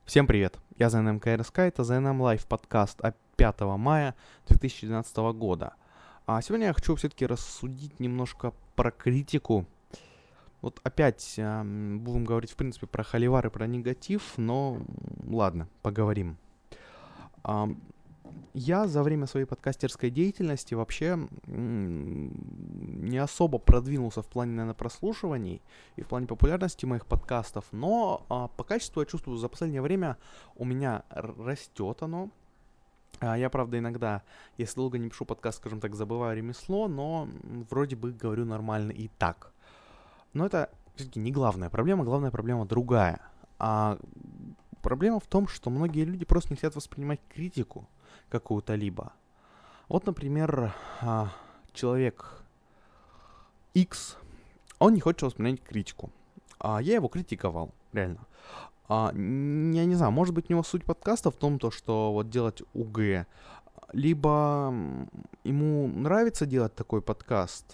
Всем привет, я ЗНМ КРСК, это ЗНМ Лайв подкаст от 5 мая 2012 года. А сегодня я хочу все-таки рассудить немножко про критику. Вот опять будем говорить, в принципе, про холивар и про негатив, но ладно, поговорим. Ам, Я за время своей подкастерской деятельности вообще не особо продвинулся в плане, наверное, прослушиваний и в плане популярности моих подкастов, но по качеству я чувствую, за последнее время у меня растет оно. Я, правда, иногда, если долго не пишу подкаст, скажем так, забываю ремесло, но вроде бы говорю нормально и так. Но это все-таки не главная проблема другая. А проблема в том, что многие люди просто не хотят воспринимать критику какую-то либо. Вот, например, человек X, он не хочет воспринимать критику. Я его критиковал, реально. Я не знаю, может быть, у него суть подкаста в том, то, что вот делать УГ, либо ему нравится делать такой подкаст,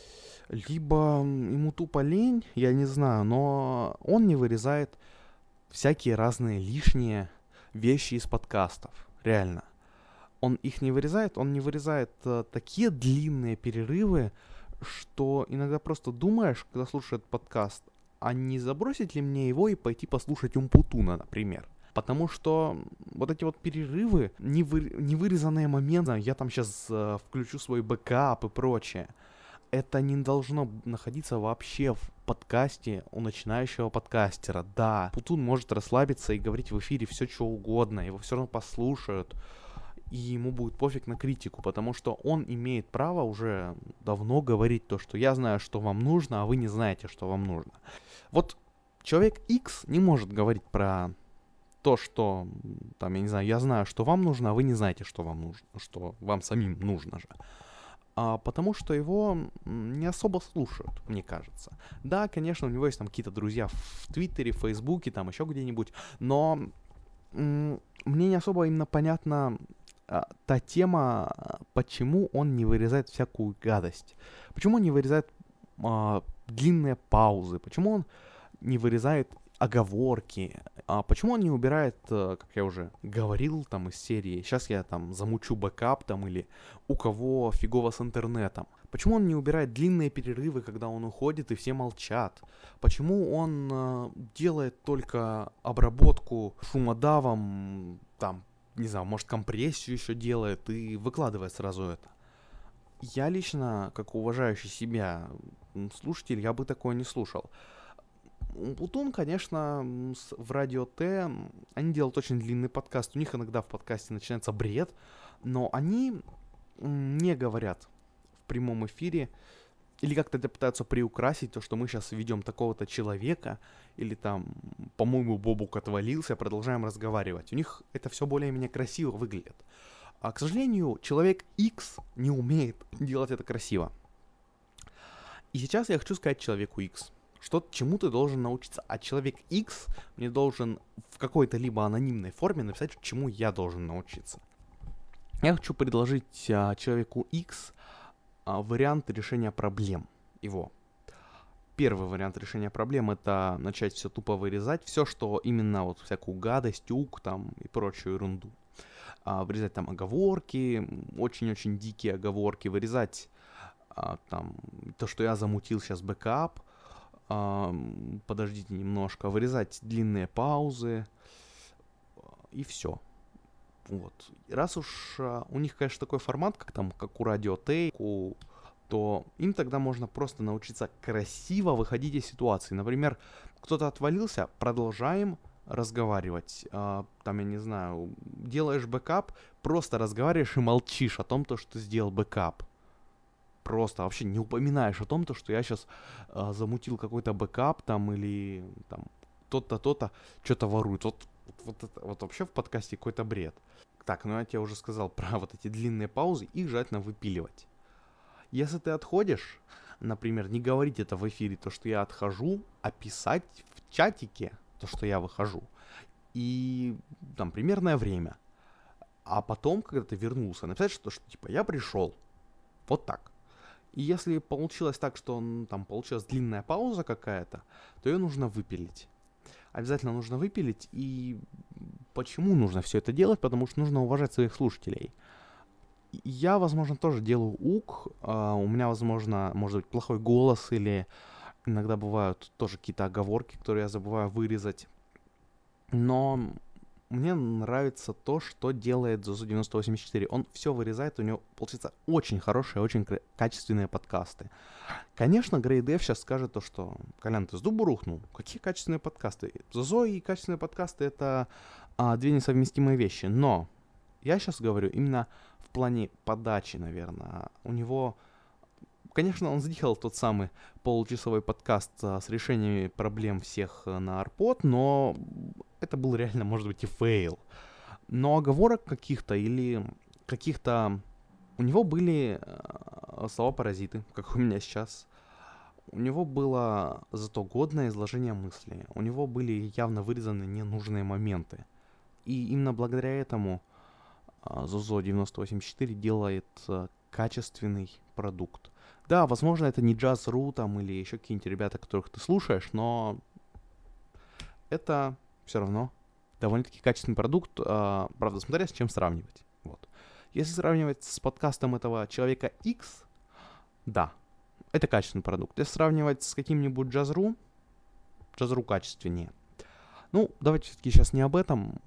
либо ему тупо лень, я не знаю, но он не вырезает всякие разные лишние вещи из подкастов, реально. Он их не вырезает, он не вырезает такие длинные перерывы, что иногда просто думаешь, когда слушаешь этот подкаст, а не забросить ли мне его и пойти послушать Умпутуна, например. Потому что вот эти вот перерывы, невырезанные моменты, я там сейчас включу свой бэкап и прочее, это не должно находиться вообще в подкасте у начинающего подкастера. Да, Путун может расслабиться и говорить в эфире все, что угодно, его все равно послушают, и ему будет пофиг на критику, потому что он имеет право уже давно говорить то, что я знаю, что вам нужно, а вы не знаете, что вам нужно. Вот человек X не может говорить про то, что, там, я не знаю, я знаю, что вам нужно, а вы не знаете, что вам нужно, что вам самим нужно же. Потому что его не особо слушают, мне кажется. Да, конечно, у него есть там какие-то друзья в Твиттере, в Фейсбуке, там еще где-нибудь, но мне не особо именно понятна та тема, почему он не вырезает всякую гадость. Почему он не вырезает длинные паузы, почему он не вырезает оговорки, почему он не убирает, как я уже говорил, там из серии, сейчас я там замучу бэкап там или у кого фигово с интернетом. Почему он не убирает длинные перерывы, когда он уходит и все молчат? Почему он делает только обработку шумодавом, там, не знаю, может компрессию еще делает и выкладывает сразу это? Я лично, как уважающий себя слушатель, я бы такое не слушал. Плутон, конечно, в Радио Т, они делают очень длинный подкаст. У них иногда в подкасте начинается бред, но они не говорят в прямом эфире или как-то это пытаются приукрасить то, что мы сейчас ведем такого-то человека, или там, по-моему, Бобук отвалился, продолжаем разговаривать. У них это все более-менее красиво выглядит. А, к сожалению, человек X не умеет делать это красиво. И сейчас я хочу сказать человеку X, что чему ты должен научиться. А человек X мне должен в какой-то либо анонимной форме написать, чему я должен научиться. Я хочу предложить человеку X вариант решения проблем его. Первый вариант решения проблем — это начать все тупо вырезать, все, что именно вот всякую гадость, ук там и прочую ерунду. Вырезать там оговорки, очень-очень дикие оговорки, вырезать там то, что я замутил сейчас бэкап, подождите немножко, вырезать длинные паузы и все. Вот. Раз уж у них, конечно, такой формат, как там, как у Радио Т, то им тогда можно просто научиться красиво выходить из ситуации. Например, кто-то отвалился, продолжаем разговаривать. Там, я не знаю, делаешь бэкап, просто разговариваешь и молчишь о том, то, что ты сделал бэкап. Просто вообще не упоминаешь о том, то, что я сейчас замутил какой-то бэкап там или там то-то, то-то, что-то ворует. Вот вообще в подкасте какой-то бред. Так, ну я тебе уже сказал про вот эти длинные паузы, их желательно выпиливать. Если ты отходишь, например, не говорить это в эфире, то, что я отхожу, а писать в чатике то, что я выхожу. И там примерное время. А потом, когда ты вернулся, написать, что типа я пришел. Вот так. И если получилось так, что там получилась длинная пауза какая-то, то ее нужно выпилить. Обязательно нужно выпилить и почему нужно все это делать? Потому что нужно уважать своих слушателей. Я, возможно, тоже делаю УК, у меня, возможно, может быть плохой голос, или иногда бывают тоже какие-то оговорки, которые я забываю вырезать. Но мне нравится то, что делает Зозу 9084. Он все вырезает, у него получается очень хорошие, очень качественные подкасты. Конечно, Grey Dev сейчас скажет то, что Колян, ты с дуба рухнул? Какие качественные подкасты? Зозо и качественные подкасты — это две несовместимые вещи. Но я сейчас говорю именно в плане подачи, наверное. У него, конечно, он сделал тот самый получасовой подкаст с решениями проблем всех на Арпод, но это был реально, может быть, и фейл. Но оговорок каких-то или каких-то... У него были слова-паразиты, как у меня сейчас. У него было зато годное изложение мыслей. У него были явно вырезаны ненужные моменты. И именно благодаря этому Зозо 9084 делает качественный продукт. Да, возможно, это не Jazz.ru там или еще какие-нибудь ребята, которых ты слушаешь, но это все равно довольно-таки качественный продукт, правда, смотря с чем сравнивать. Вот. Если сравнивать с подкастом этого человека X, да, это качественный продукт. Если сравнивать с каким-нибудь Jazz.ru, Jazz.ru качественнее. Ну, давайте все-таки сейчас не об этом.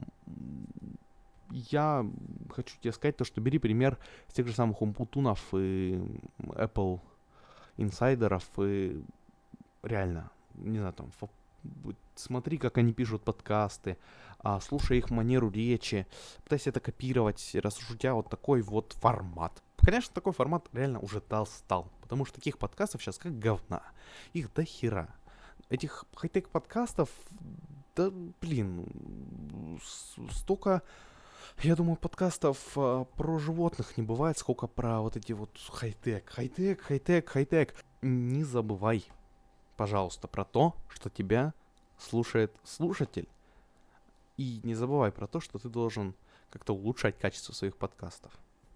Я хочу тебе сказать то, что бери пример с тех же самых Умпутунов и Apple инсайдеров, и реально, не знаю, там, смотри, как они пишут подкасты, слушай их манеру речи, пытайся это копировать, раз уж у тебя вот такой вот формат. Конечно, такой формат реально уже стал, потому что таких подкастов сейчас как говна. Их до хера. Этих хай-тек подкастов, да, блин, столько... Я думаю, подкастов про животных не бывает, сколько про вот эти вот хай-тек. Не забывай, пожалуйста, про то, что тебя слушает слушатель. И не забывай про то, что ты должен как-то улучшать качество своих подкастов.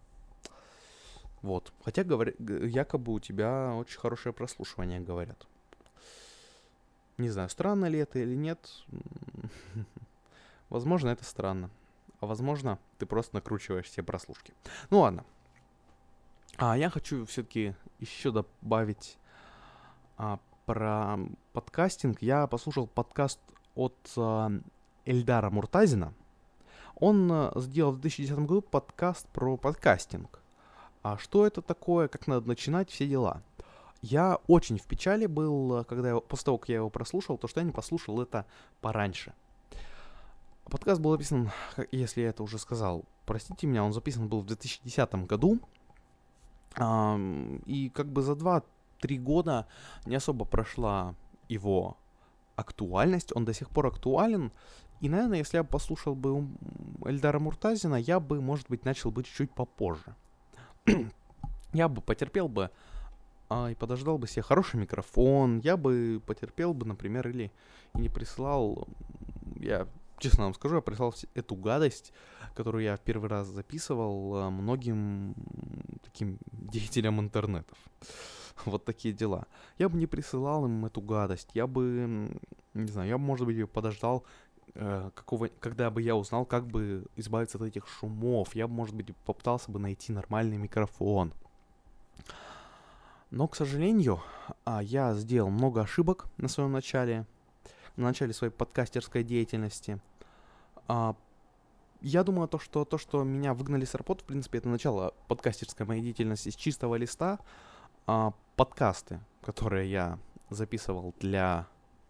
Вот. Хотя якобы у тебя очень хорошее прослушивание, говорят. Не знаю, странно ли это или нет. Возможно, это странно. А возможно, ты просто накручиваешь все прослушки. Ну ладно. Я хочу все-таки еще добавить про подкастинг. Я послушал подкаст от Эльдара Муртазина. Он сделал в 2010 году подкаст про подкастинг. А что это такое, как надо начинать, все дела. Я очень в печали был, после того, как я его прослушал, то, что я не послушал это пораньше. Подкаст был записан, если я это уже сказал, простите меня, он записан был в 2010 году. И как бы за 2-3 года не особо прошла его актуальность, он до сих пор актуален. И, наверное, если я бы послушал бы Эльдара Муртазина, я бы, может быть, начал бы чуть-чуть попозже. Я бы потерпел бы и подождал бы себе хороший микрофон. Я бы потерпел бы, например, или и не присылал... Я честно вам скажу, я прислал эту гадость, которую я в первый раз записывал многим таким деятелям интернетов. Вот такие дела. Я бы не присылал им эту гадость. Я бы, не знаю, я бы, может быть, подождал, когда бы я узнал, как бы избавиться от этих шумов. Я бы, может быть, попытался бы найти нормальный микрофон. Но, к сожалению, я сделал много ошибок на своем начале своей подкастерской деятельности. Я думаю, то, что меня выгнали с работы, в принципе, это начало подкастерской моей деятельности с чистого листа. Подкасты, которые я записывал для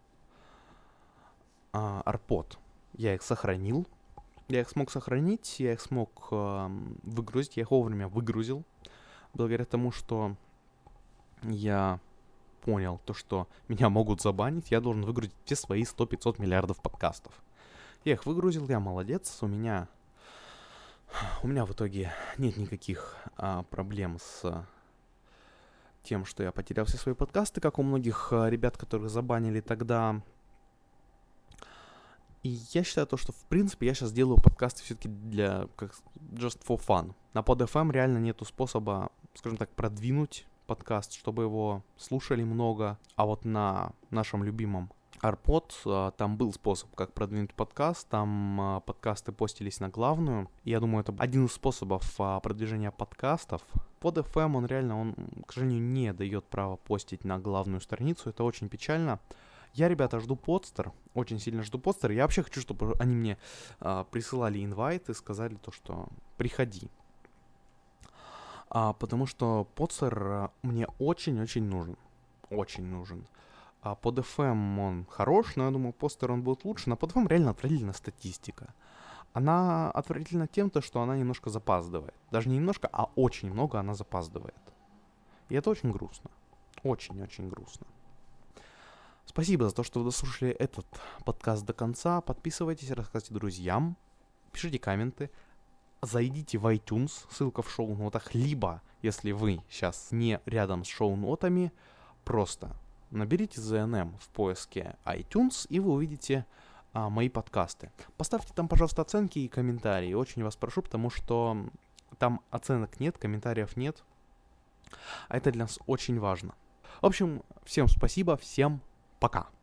Арпод, я их сохранил. Я их смог сохранить, я их смог выгрузить, я их вовремя выгрузил. Благодаря тому, что я понял то, что меня могут забанить, я должен выгрузить все свои 100-500 миллиардов подкастов. Я их выгрузил, я молодец, у меня в итоге нет никаких проблем с тем, что я потерял все свои подкасты, как у многих ребят, которых забанили тогда. И я считаю то, что в принципе я сейчас делаю подкасты все-таки для как just for fun. На PodFM реально нету способа, скажем так, продвинуть подкаст, чтобы его слушали много. А вот на нашем любимом AirPod, там был способ, как продвинуть подкаст, там подкасты постились на главную. Я думаю, это один из способов продвижения подкастов. Под FM он, к сожалению, не дает права постить на главную страницу, это очень печально. Я, ребята, жду подстер, очень сильно жду подстер. Я вообще хочу, чтобы они мне присылали инвайт и сказали то, что приходи. Потому что подстер мне очень-очень нужен. Очень нужен. Под FM он хорош, но я думаю, постер он будет лучше. Но под FM реально отвратительная статистика. Она отвратительна тем, что она немножко запаздывает. Даже не немножко, а очень много она запаздывает. И это очень грустно. Очень-очень грустно. Спасибо за то, что вы дослушали этот подкаст до конца. Подписывайтесь, рассказывайте друзьям, пишите комменты. Зайдите в iTunes, ссылка в шоу-нотах. Либо, если вы сейчас не рядом с шоу-нотами, просто наберите ZNM в поиске iTunes, и вы увидите мои подкасты. Поставьте там, пожалуйста, оценки и комментарии. Очень вас прошу, потому что там оценок нет, комментариев нет. А это для нас очень важно. В общем, всем спасибо, всем пока.